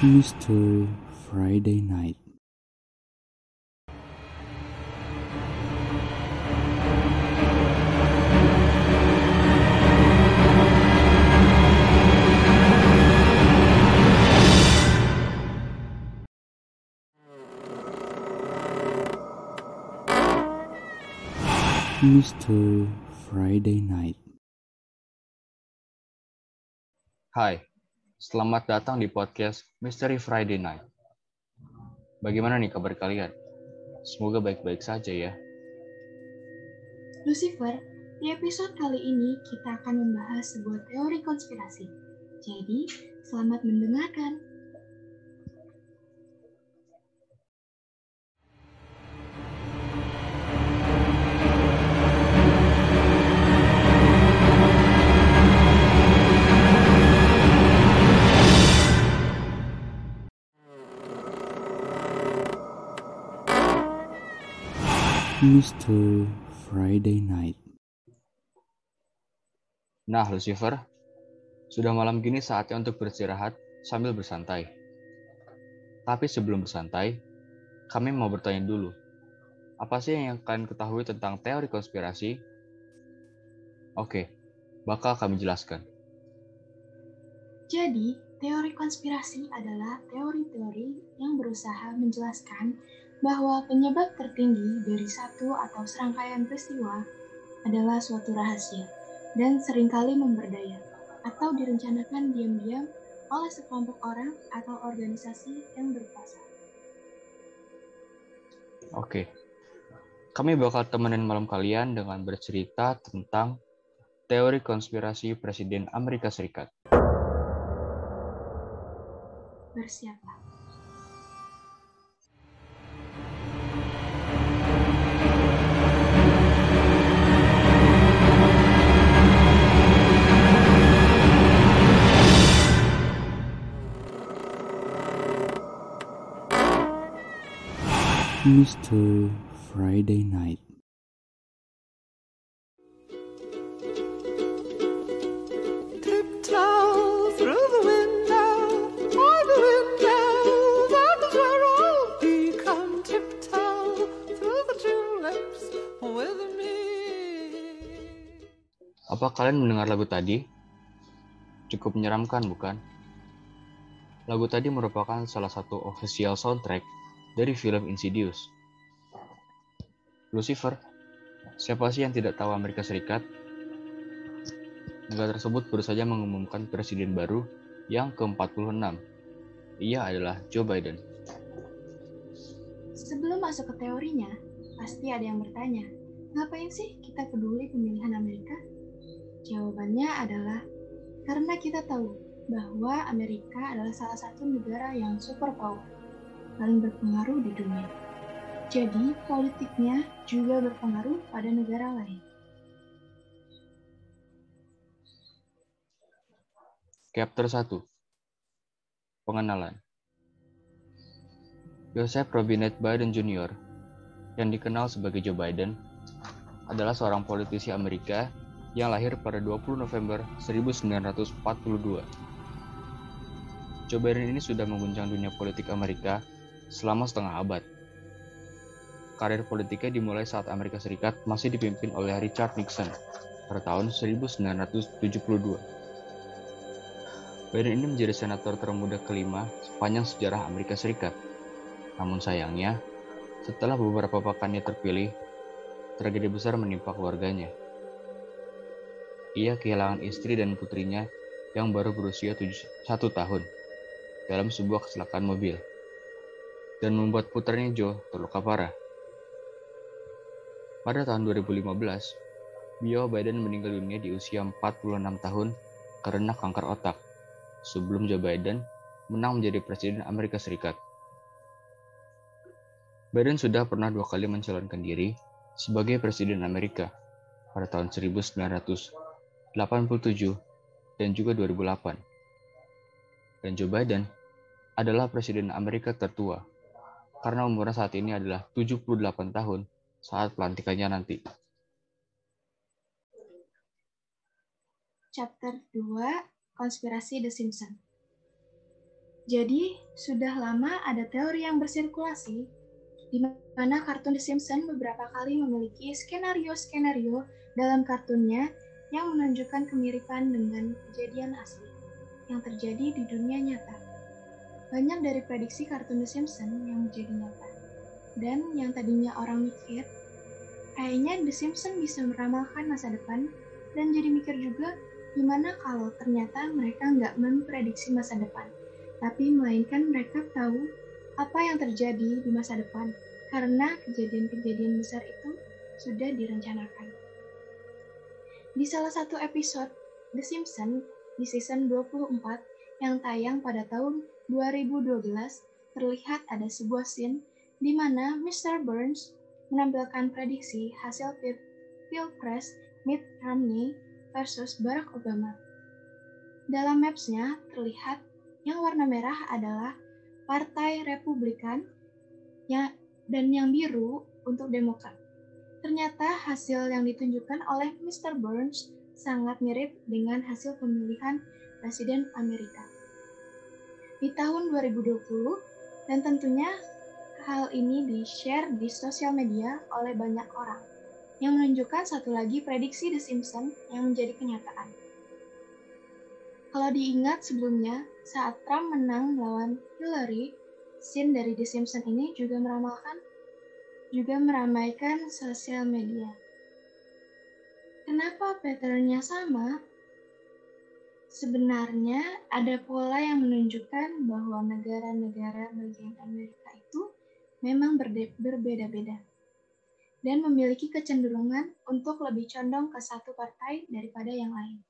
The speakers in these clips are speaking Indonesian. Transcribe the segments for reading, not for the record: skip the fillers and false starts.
Mystery Friday Night. Mystery Friday Night. Hai, selamat datang di podcast Mystery Friday Night. Bagaimana nih kabar kalian? Semoga baik-baik saja ya. Lucifer, di episode kali ini kita akan membahas sebuah teori konspirasi. Jadi, selamat mendengarkan. Mystery Friday Night. Nah, Lucifer, sudah malam gini saatnya untuk beristirahat sambil bersantai. Tapi sebelum bersantai, kami mau bertanya dulu. Apa sih yang kalian ketahui tentang teori konspirasi? Oke, bakal kami jelaskan. Jadi, teori konspirasi adalah teori-teori yang berusaha menjelaskan bahwa penyebab tertinggi dari satu atau serangkaian peristiwa adalah suatu rahasia dan seringkali memberdaya atau direncanakan diam-diam oleh sekelompok orang atau organisasi yang berkuasa. Oke, kami bakal temenin malam kalian dengan bercerita tentang teori konspirasi Presiden Amerika Serikat. Bersiaplah. Mystery Friday Night. Tiptoe through the window, all the windows of this world. He come tiptoe through the tulips with me. Apa kalian mendengar lagu tadi? Cukup menyeramkan, bukan? Lagu tadi merupakan salah satu official soundtrack dari film Insidious. Lucifer, siapa sih yang tidak tahu Amerika Serikat? Negara tersebut baru saja mengumumkan presiden baru yang ke-46. Ia adalah Joe Biden. Sebelum masuk ke teorinya, pasti ada yang bertanya, ngapain sih kita peduli pemilihan Amerika? Jawabannya adalah karena kita tahu bahwa Amerika adalah salah satu negara yang superpower, paling berpengaruh di dunia. Jadi, politiknya juga berpengaruh pada negara lain. Chapter 1. Pengenalan. Joseph Robinette Biden Jr., yang dikenal sebagai Joe Biden, adalah seorang politisi Amerika yang lahir pada 20 November 1942. Joe Biden ini sudah mengguncang dunia politik Amerika selama setengah abad. Karir politiknya dimulai saat Amerika Serikat masih dipimpin oleh Richard Nixon pada tahun 1972. Biden ini menjadi senator termuda kelima sepanjang sejarah Amerika Serikat. Namun sayangnya, setelah beberapa pekannya terpilih, tragedi besar menimpa keluarganya. Ia kehilangan istri dan putrinya yang baru berusia 1 tahun dalam sebuah kecelakaan mobil, dan membuat putranya Joe terluka parah. Pada tahun 2015, Joe Biden meninggal dunia di usia 46 tahun karena kanker otak, sebelum Joe Biden menang menjadi presiden Amerika Serikat. Biden sudah pernah 2 kali mencalonkan diri sebagai presiden Amerika pada tahun 1987 dan juga 2008. Dan Joe Biden adalah presiden Amerika tertua karena umurnya saat ini adalah 78 tahun saat pelantikannya nanti. Chapter 2, Konspirasi The Simpsons. Jadi, sudah lama ada teori yang bersirkulasi di mana kartun The Simpsons beberapa kali memiliki skenario-skenario dalam kartunnya yang menunjukkan kemiripan dengan kejadian asli yang terjadi di dunia nyata. Banyak dari prediksi kartun The Simpsons yang menjadi nyata. Dan yang tadinya orang mikir, kayaknya The Simpsons bisa meramalkan masa depan, dan jadi mikir juga, gimana kalau ternyata mereka nggak memprediksi masa depan, tapi melainkan mereka tahu apa yang terjadi di masa depan, karena kejadian-kejadian besar itu sudah direncanakan. Di salah satu episode The Simpsons di season 24 yang tayang pada tahun 2012, terlihat ada sebuah scene di mana Mr. Burns menampilkan prediksi hasil Pilpres Mitt Romney versus Barack Obama. Dalam maps-nya terlihat yang warna merah adalah Partai Republikan dan yang biru untuk Demokrat. Ternyata hasil yang ditunjukkan oleh Mr. Burns sangat mirip dengan hasil pemilihan Presiden Amerika di tahun 2020, dan tentunya hal ini di-share di sosial media oleh banyak orang, yang menunjukkan satu lagi prediksi The Simpsons yang menjadi kenyataan. Kalau diingat sebelumnya, saat Trump menang melawan Hillary, scene dari The Simpsons ini juga meramaikan sosial media. Kenapa pattern-nya sama? Sebenarnya ada pola yang menunjukkan bahwa negara-negara bagian Amerika itu memang berbeda-beda dan memiliki kecenderungan untuk lebih condong ke satu partai daripada yang lain.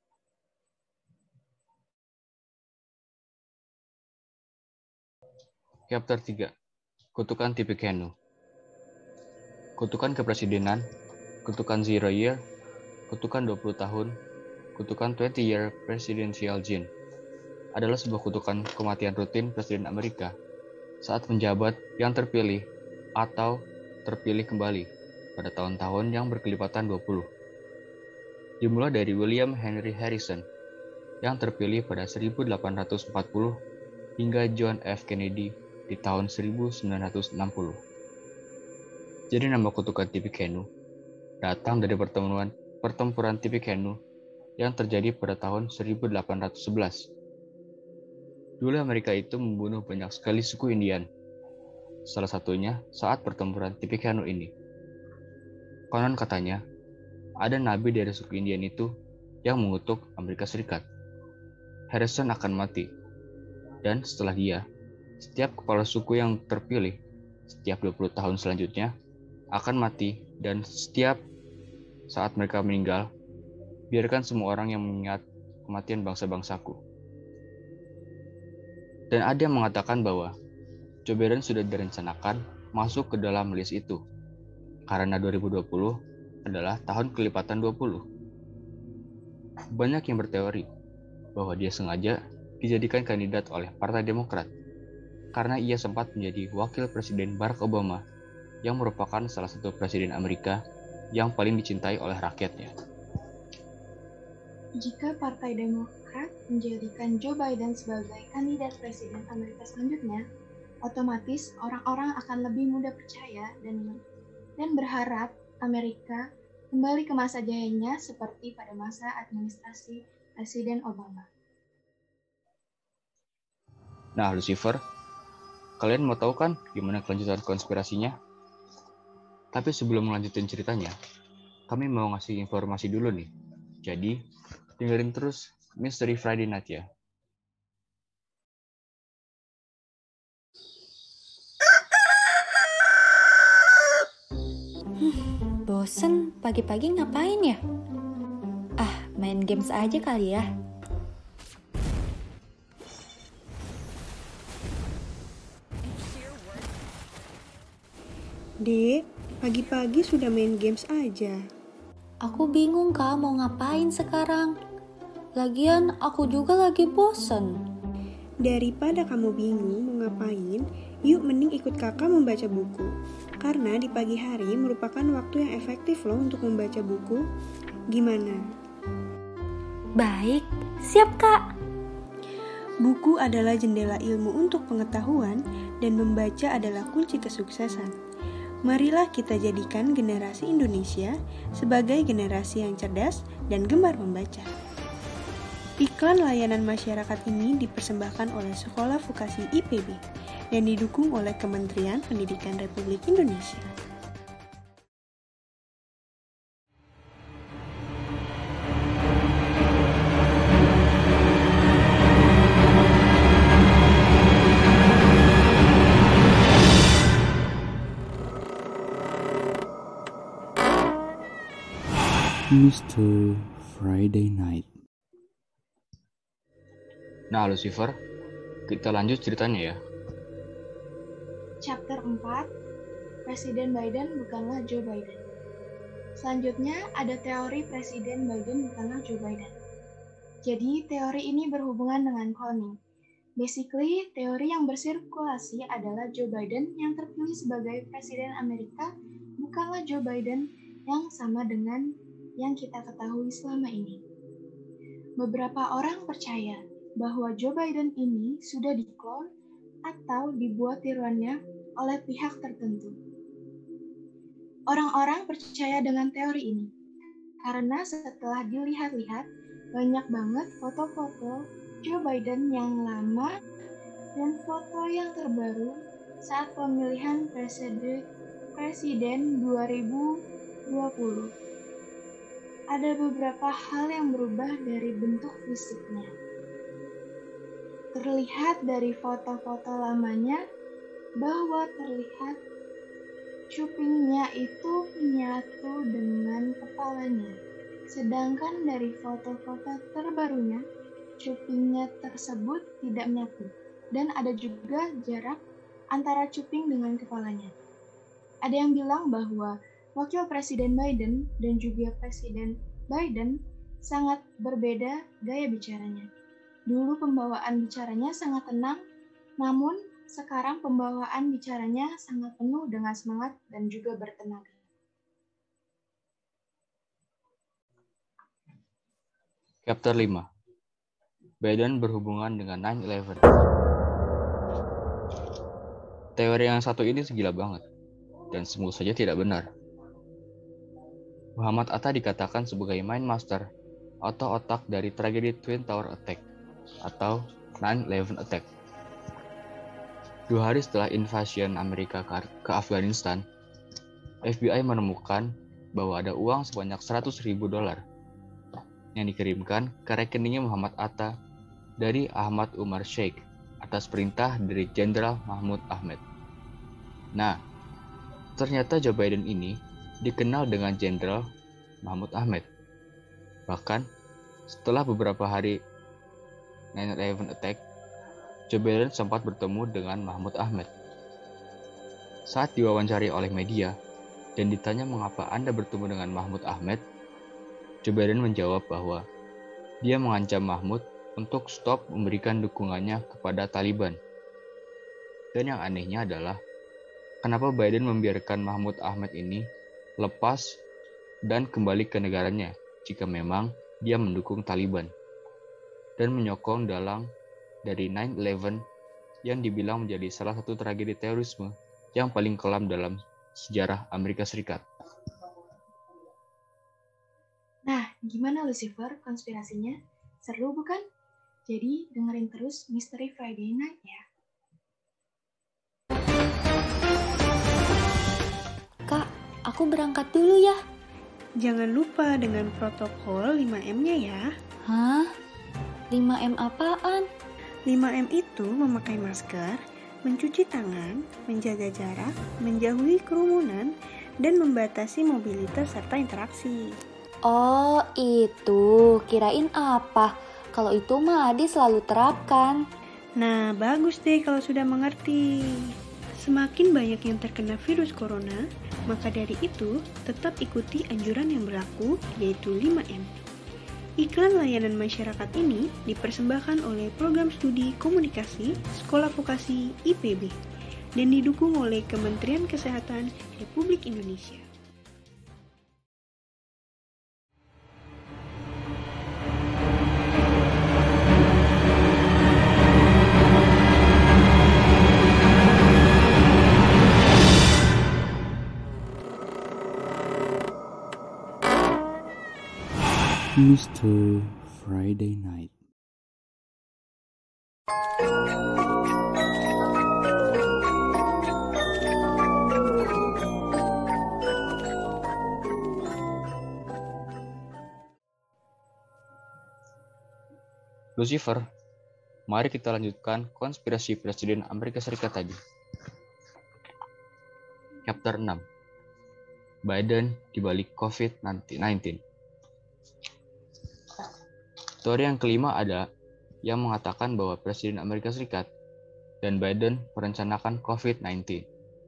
Chapter 3. Kutukan Tippecanoe. Kutukan kepresidenan, kutukan Zero Year, kutukan 20 tahun, kutukan 20-year presidential gene adalah sebuah kutukan kematian rutin Presiden Amerika saat menjabat yang terpilih atau terpilih kembali pada tahun-tahun yang berkelipatan 20. Dimulai dari William Henry Harrison yang terpilih pada 1840 hingga John F. Kennedy di tahun 1960. Jadi nama kutukan Tippecanoe datang dari pertempuran Tippecanoe yang terjadi pada tahun 1811. Dulu Amerika itu membunuh banyak sekali suku Indian, salah satunya saat pertempuran Tippecanoe ini. Konon katanya, ada nabi dari suku Indian itu yang mengutuk Amerika Serikat. Harrison akan mati, dan setelah dia, setiap kepala suku yang terpilih setiap 20 tahun selanjutnya akan mati, dan setiap saat mereka meninggal, biarkan semua orang yang mengingat kematian bangsa-bangsaku. Dan ada yang mengatakan bahwa Joe Biden sudah direncanakan masuk ke dalam list itu, karena 2020 adalah tahun kelipatan 20. Banyak yang berteori bahwa dia sengaja dijadikan kandidat oleh Partai Demokrat, karena ia sempat menjadi wakil Presiden Barack Obama, yang merupakan salah satu Presiden Amerika yang paling dicintai oleh rakyatnya. Jika Partai Demokrat menjadikan Joe Biden sebagai kandidat Presiden Amerika selanjutnya, otomatis orang-orang akan lebih mudah percaya dan berharap Amerika kembali ke masa jayanya seperti pada masa administrasi Presiden Obama. Nah, Lucifer, kalian mau tahu kan gimana kelanjutan konspirasinya? Tapi sebelum melanjutin ceritanya, kami mau ngasih informasi dulu nih. Jadi, dengerin terus Mystery Friday Night ya. Bosen, pagi-pagi ngapain ya? Main games aja kali ya. Dek, pagi-pagi sudah main games aja. Aku bingung Kak mau ngapain sekarang. Lagian aku juga lagi bosen. Daripada kamu bingung mau ngapain, yuk mending ikut kakak membaca buku. Karena di pagi hari merupakan waktu yang efektif loh untuk membaca buku. Gimana? Baik, siap Kak. Buku adalah jendela ilmu untuk pengetahuan dan membaca adalah kunci kesuksesan. Marilah kita jadikan generasi Indonesia sebagai generasi yang cerdas dan gemar membaca. Iklan layanan masyarakat ini dipersembahkan oleh Sekolah Vokasi IPB dan didukung oleh Kementerian Pendidikan Republik Indonesia. Mr. Friday Night. Nah, Lucifer, kita lanjut ceritanya ya. Chapter 4, Presiden Biden bukanlah Joe Biden. Selanjutnya ada teori Presiden Biden bukanlah Joe Biden. Jadi teori ini berhubungan dengan cloning. Basically, teori yang bersirkulasi adalah Joe Biden yang terpilih sebagai Presiden Amerika bukanlah Joe Biden yang sama dengan yang kita ketahui selama ini. Beberapa orang percaya bahwa Joe Biden ini sudah diklon atau dibuat tiruannya oleh pihak tertentu. Orang-orang percaya dengan teori ini karena setelah dilihat-lihat banyak banget foto-foto Joe Biden yang lama dan foto yang terbaru saat pemilihan presiden 2020. Ada beberapa hal yang berubah dari bentuk fisiknya. Terlihat dari foto-foto lamanya bahwa terlihat cupingnya itu menyatu dengan kepalanya. Sedangkan dari foto-foto terbarunya, cupingnya tersebut tidak menyatu. Dan ada juga jarak antara cuping dengan kepalanya. Ada yang bilang bahwa Wakil Presiden Biden dan juga Presiden Biden sangat berbeda gaya bicaranya. Dulu pembawaan bicaranya sangat tenang, namun sekarang pembawaan bicaranya sangat penuh dengan semangat dan juga bertenaga. Chapter 5, Biden berhubungan dengan 9/11. Teori yang satu ini segila banget, dan sungguh saja tidak benar. Muhammad Atta dikatakan sebagai main master atau otak dari tragedi Twin Tower Attack atau 9/11 Attack. 2 hari setelah invasion Amerika ke Afghanistan, FBI menemukan bahwa ada uang sebanyak $100.000 yang dikirimkan ke rekeningnya Muhammad Atta dari Ahmad Umar Sheikh atas perintah dari Jenderal Mahmud Ahmad. Nah, ternyata Joe Biden ini dikenal dengan Jenderal Mahmud Ahmad. Bahkan, setelah beberapa hari 9/11 Attack, Joe Biden sempat bertemu dengan Mahmud Ahmad. Saat diwawancari oleh media dan ditanya mengapa Anda bertemu dengan Mahmud Ahmad, Joe Biden menjawab bahwa dia mengancam Mahmud untuk stop memberikan dukungannya kepada Taliban. Dan yang anehnya adalah, kenapa Biden membiarkan Mahmud Ahmad ini lepas dan kembali ke negaranya jika memang dia mendukung Taliban dan menyokong dalang dari 9/11 yang dibilang menjadi salah satu tragedi terorisme yang paling kelam dalam sejarah Amerika Serikat. Nah, gimana Lucifer konspirasinya? Seru bukan? Jadi dengerin terus Mystery Friday Night ya. Kak, aku berangkat dulu ya. Jangan lupa dengan protokol 5M-nya ya. Hah? 5M apaan? 5M itu memakai masker, mencuci tangan, menjaga jarak, menjauhi kerumunan, dan membatasi mobilitas serta interaksi. Oh, itu. Kirain apa? Kalau itu mah Adi selalu terapkan. Nah, bagus deh kalau sudah mengerti. Semakin banyak yang terkena virus corona, maka dari itu tetap ikuti anjuran yang berlaku, yaitu 5M. Iklan layanan masyarakat ini dipersembahkan oleh Program Studi Komunikasi Sekolah Vokasi IPB dan didukung oleh Kementerian Kesehatan Republik Indonesia. Mr. Friday Night. Lucifer, mari kita lanjutkan konspirasi Presiden Amerika Serikat tadi. Chapter 6. Biden dibalik COVID-19. Teori yang kelima ada yang mengatakan bahwa Presiden Amerika Serikat dan Biden merencanakan COVID-19.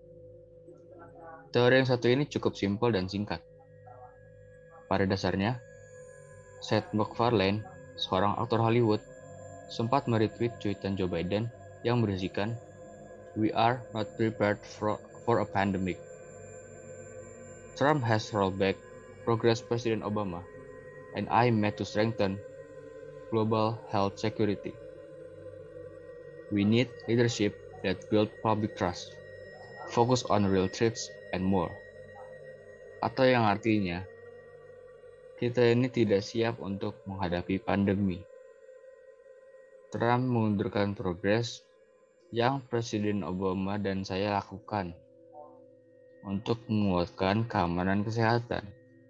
Teori yang satu ini cukup simpel dan singkat. Pada dasarnya, Seth MacFarlane, seorang aktor Hollywood, sempat meretweet cuitan Joe Biden yang berisikan, "We are not prepared for a pandemic. Trump has rolled back progress President Obama, and I met to strengthen global health security. We need leadership that build public trust, focus on real threats, and more." Atau yang artinya, kita ini tidak siap untuk menghadapi pandemi. Trump mengundurkan progres yang Presiden Obama dan saya lakukan untuk menguatkan keamanan kesehatan.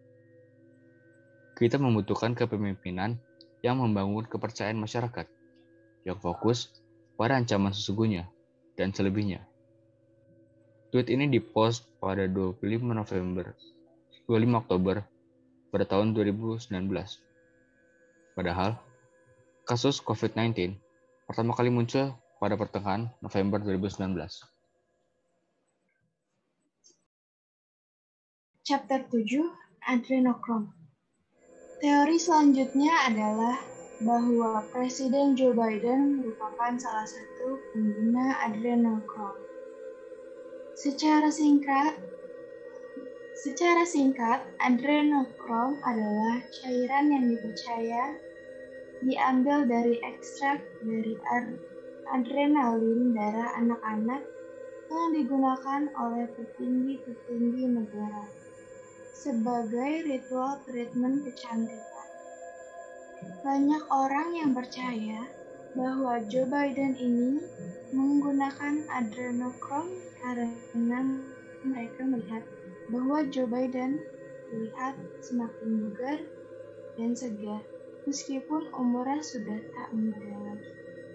Kita membutuhkan kepemimpinan yang membangun kepercayaan masyarakat, yang fokus pada ancaman sesungguhnya dan selebihnya. Tweet ini dipost pada 25 Oktober pada tahun 2019. Padahal, kasus COVID-19 pertama kali muncul pada pertengahan November 2019. Chapter 7, Adrenochrome. Teori selanjutnya adalah bahwa Presiden Joe Biden merupakan salah satu pengguna adrenochrome. Secara singkat, adrenochrome adalah cairan yang dipercaya diambil dari ekstrak dari adrenalin darah anak-anak yang digunakan oleh petinggi-petinggi negara sebagai ritual treatment kecantikan. Banyak orang yang percaya bahwa Joe Biden ini menggunakan adrenochrome karena mereka melihat bahwa Joe Biden terlihat semakin bugar dan segar meskipun umurnya sudah tak muda lagi.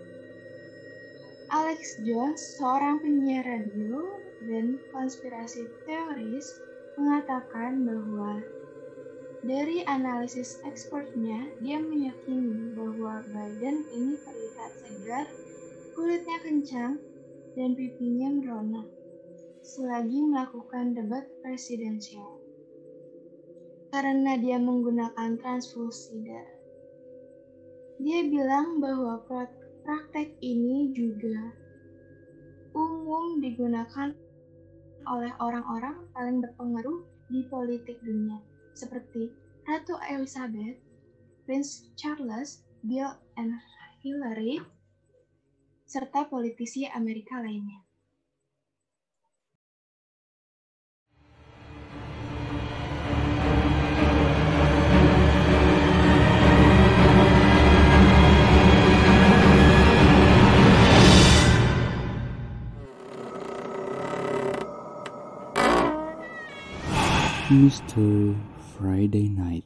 Alex Jones, seorang penyiar radio dan konspirasi teoris, mengatakan bahwa dari analisis expertnya, dia meyakini bahwa Biden ini terlihat segar, kulitnya kencang, dan pipinya merona selagi melakukan debat presidensial. Karena dia menggunakan transfusi darah. Dia bilang bahwa praktek ini juga umum digunakan oleh orang-orang paling berpengaruh di politik dunia, seperti Ratu Elizabeth, Prince Charles, Bill and Hillary, serta politisi Amerika lainnya. Mr. Friday Night.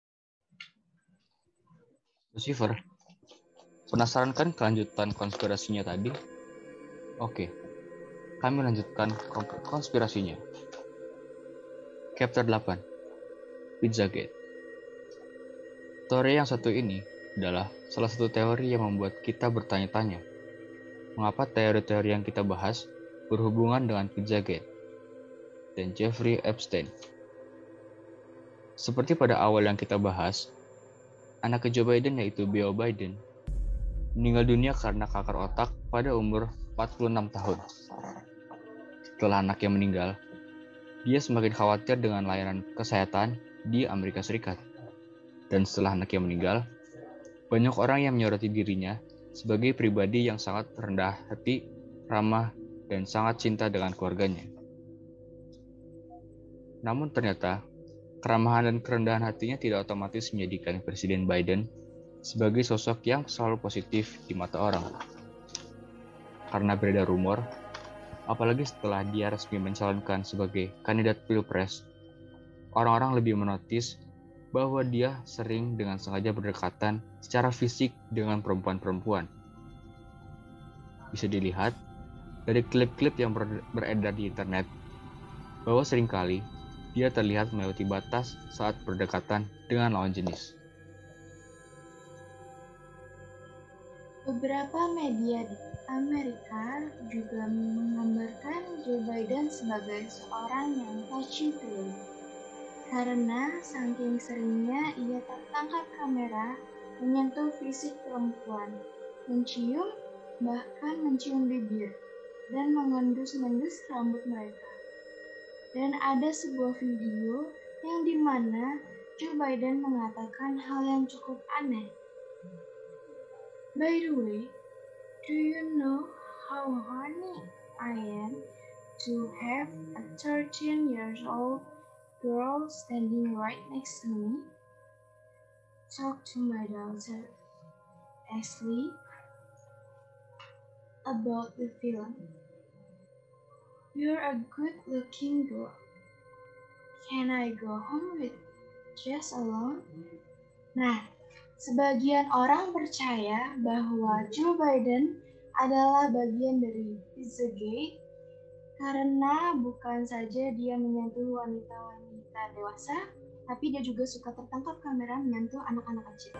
Lucifer, penasaran kan kelanjutan konspirasinya tadi? Oke, kami lanjutkan konspirasinya. Chapter 8, Pizzagate. Teori yang satu ini adalah salah satu teori yang membuat kita bertanya-tanya, mengapa teori-teori yang kita bahas berhubungan dengan Pizzagate dan Jeffrey Epstein. Seperti pada awal yang kita bahas, anak Joe Biden yaitu Beau Biden meninggal dunia karena kanker otak pada umur 46 tahun. Setelah anaknya meninggal, dia semakin khawatir dengan layanan kesehatan di Amerika Serikat. Dan setelah anaknya meninggal, banyak orang yang menyoroti dirinya sebagai pribadi yang sangat rendah hati, ramah, dan sangat cinta dengan keluarganya. Namun ternyata, Keramahan dan kerendahan hatinya tidak otomatis menjadikan Presiden Biden sebagai sosok yang selalu positif di mata orang. Karena beredar rumor, apalagi setelah dia resmi mencalonkan sebagai kandidat Pilpres, orang-orang lebih menotis bahwa dia sering dengan sengaja berdekatan secara fisik dengan perempuan-perempuan. Bisa dilihat dari klip-klip yang beredar di internet bahwa seringkali dia terlihat melewati batas saat berdekatan dengan lawan jenis. Beberapa media di Amerika juga menggambarkan Joe Biden sebagai seorang yang touchy-feely. Karena saking seringnya ia tertangkap kamera menyentuh fisik perempuan, mencium, bahkan mencium bibir, dan mengendus-endus rambut mereka. Dan ada sebuah video yang dimana Joe Biden mengatakan hal yang cukup aneh. By the way, do you know how horny I am to have a 13 years old girl standing right next to me? Talk to my daughter, Ashley, about the film. You're a good-looking girl. Can I go home with Jess alone? Nah, sebagian orang percaya bahwa Joe Biden adalah bagian dari Pizzagate karena bukan saja dia menyentuh wanita-wanita dewasa, tapi dia juga suka tertangkap kamera menyentuh anak-anak kecil.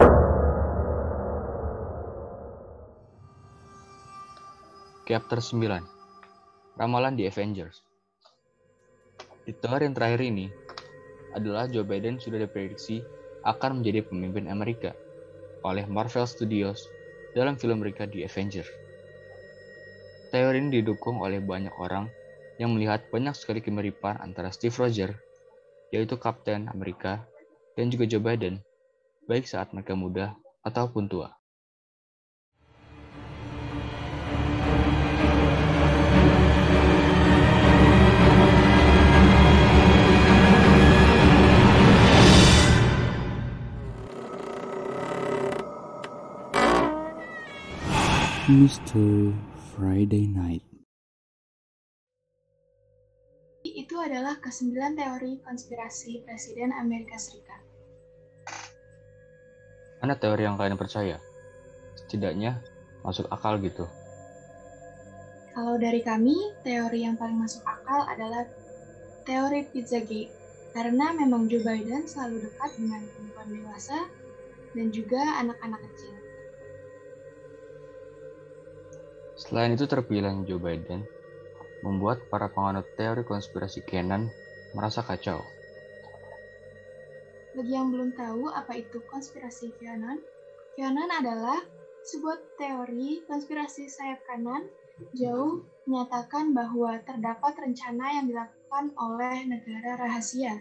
Chapter 9. Ramalan The Avengers. Di tahun yang terakhir ini adalah Joe Biden sudah diprediksi akan menjadi pemimpin Amerika oleh Marvel Studios dalam film mereka The Avengers. Teori ini didukung oleh banyak orang yang melihat banyak sekali kemiripan antara Steve Rogers, yaitu Kapten Amerika, dan juga Joe Biden, baik saat mereka muda ataupun tua. Mr. Friday Night. Itu adalah ke-9 teori konspirasi Presiden Amerika Serikat. Mana teori yang kalian percaya? Setidaknya masuk akal gitu. Kalau dari kami, teori yang paling masuk akal adalah teori Pizzagate. Karena memang Joe Biden selalu dekat dengan perempuan dewasa dan juga anak-anak kecil. Selain itu, terpilihnya Joe Biden membuat para penganut teori konspirasi QAnon merasa kacau. Bagi yang belum tahu apa itu konspirasi QAnon, QAnon adalah sebuah teori konspirasi sayap kanan jauh menyatakan bahwa terdapat rencana yang dilakukan oleh negara rahasia.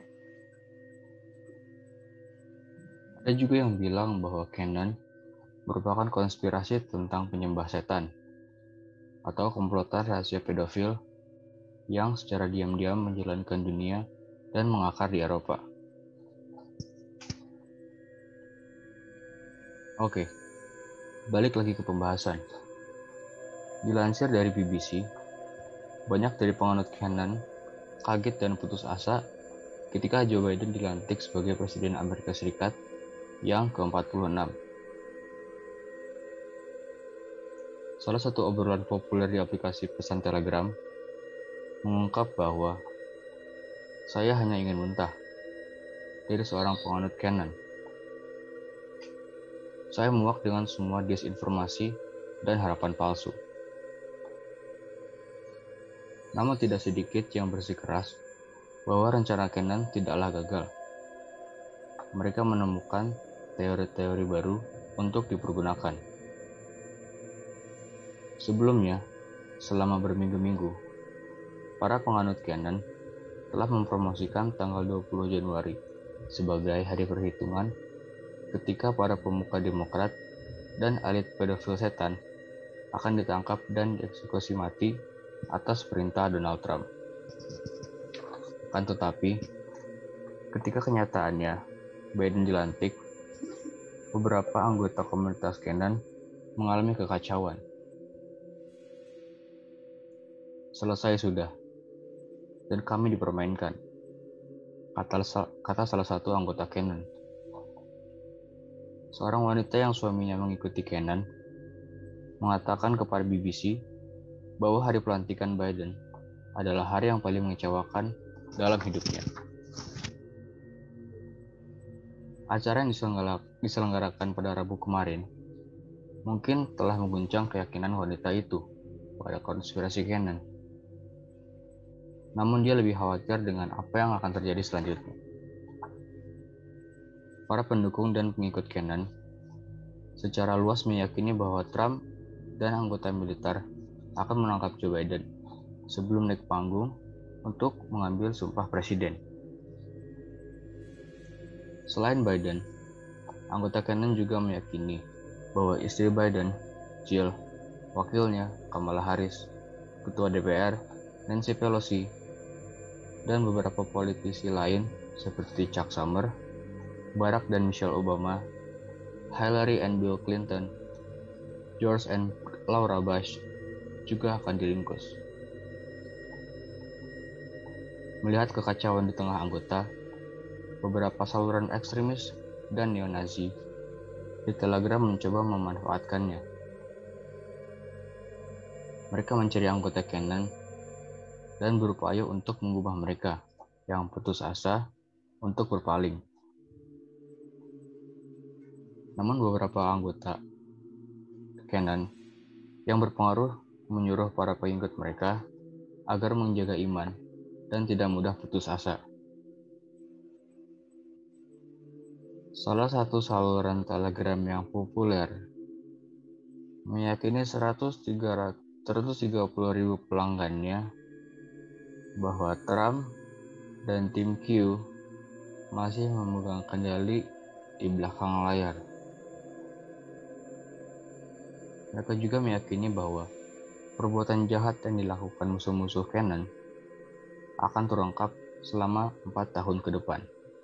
Ada juga yang bilang bahwa QAnon merupakan konspirasi tentang penyembah setan atau komplotan rahasia pedofil yang secara diam-diam menjalankan dunia dan mengakar di Eropa. Oke, balik lagi ke pembahasan. Dilansir dari BBC, banyak dari penganut QAnon kaget dan putus asa ketika Joe Biden dilantik sebagai Presiden Amerika Serikat yang ke-46. Salah satu obrolan populer di aplikasi pesan Telegram mengungkap bahwa saya hanya ingin muntah dari seorang penganut QAnon. Saya muak dengan semua disinformasi dan harapan palsu. Namun tidak sedikit yang bersikeras bahwa rencana QAnon tidaklah gagal. Mereka menemukan teori-teori baru untuk dipergunakan. Sebelumnya, selama berminggu-minggu, para penganut QAnon telah mempromosikan tanggal 20 Januari sebagai hari perhitungan ketika para pemuka Demokrat dan elit pedofil setan akan ditangkap dan dieksekusi mati atas perintah Donald Trump. Akan tetapi, Ketika kenyataannya Biden dilantik, beberapa anggota komunitas Canaan mengalami kekacauan. Selesai sudah, dan kami dipermainkan, kata salah satu anggota Canaan. Seorang wanita yang suaminya mengikuti Canaan mengatakan kepada BBC bahwa hari pelantikan Biden adalah hari yang paling mengecewakan dalam hidupnya. Acara yang diselenggarakan pada Rabu kemarin mungkin telah mengguncang keyakinan wanita itu pada konspirasi Canaan. Namun dia lebih khawatir dengan apa yang akan terjadi selanjutnya. Para pendukung dan pengikut Canaan secara luas meyakini bahwa Trump dan anggota militer akan menangkap Joe Biden sebelum naik panggung untuk mengambil sumpah presiden. Selain Biden, anggota Canaan juga meyakini bahwa istri Biden, Jill, wakilnya Kamala Harris, ketua DPR, Nancy Pelosi, dan beberapa politisi lain seperti Chuck Schumer, Barack dan Michelle Obama, Hillary and Bill Clinton, George and Laura Bush juga akan diringkus. Melihat kekacauan di tengah anggota, beberapa saluran ekstremis dan neo-Nazi di Telegram mencoba memanfaatkannya. Mereka mencari anggota Canaan dan berupaya untuk mengubah mereka yang putus asa untuk berpaling. Namun beberapa anggota Canaan yang berpengaruh menyuruh para pengikut mereka agar menjaga iman dan tidak mudah putus asa. Salah satu saluran Telegram yang populer meyakini 130.000 pelanggannya bahwa Trump dan tim Q masih memegang kendali di belakang layar. Mereka juga meyakini bahwa perbuatan jahat yang dilakukan musuh-musuh Canaan akan terungkap selama 4 tahun ke depan.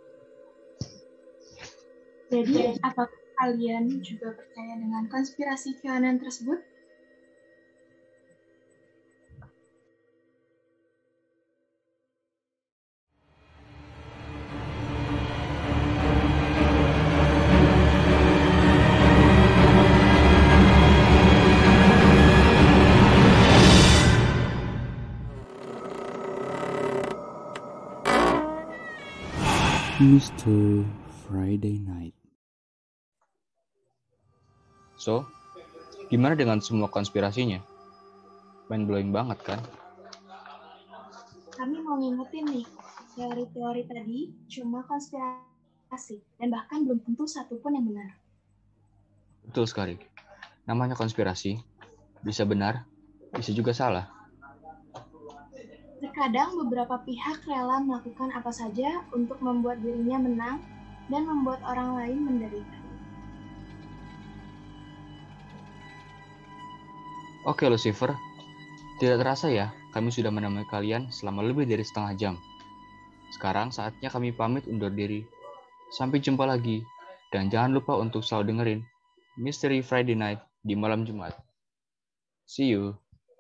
Jadi, apakah kalian juga percaya dengan konspirasi QAnon tersebut? Mystery Friday Night. So, gimana dengan semua konspirasinya? Mind-blowing banget kan? Kami mau ngingetin nih, teori-teori tadi cuma konspirasi, dan bahkan belum tentu satupun yang benar. Betul sekali. Namanya konspirasi, bisa benar, bisa juga salah. Terkadang beberapa pihak rela melakukan apa saja untuk membuat dirinya menang dan membuat orang lain menderita. Oke Lucifer, tidak terasa ya, kami sudah menemani kalian selama lebih dari setengah jam. Sekarang saatnya kami pamit undur diri. Sampai jumpa lagi, dan jangan lupa untuk selalu dengerin Mystery Friday Night di malam Jumat. See you.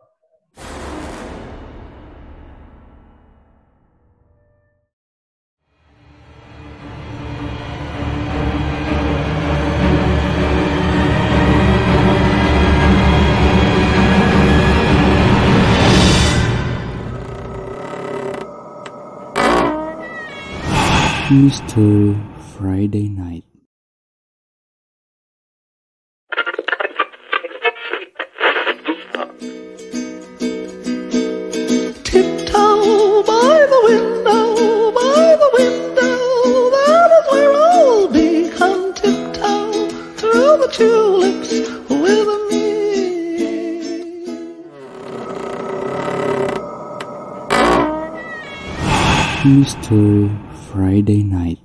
Mystery Friday Night. Tiptoe by the window, that is where I'll be. Come tiptoe through the tulips with me. Mystery Friday Night.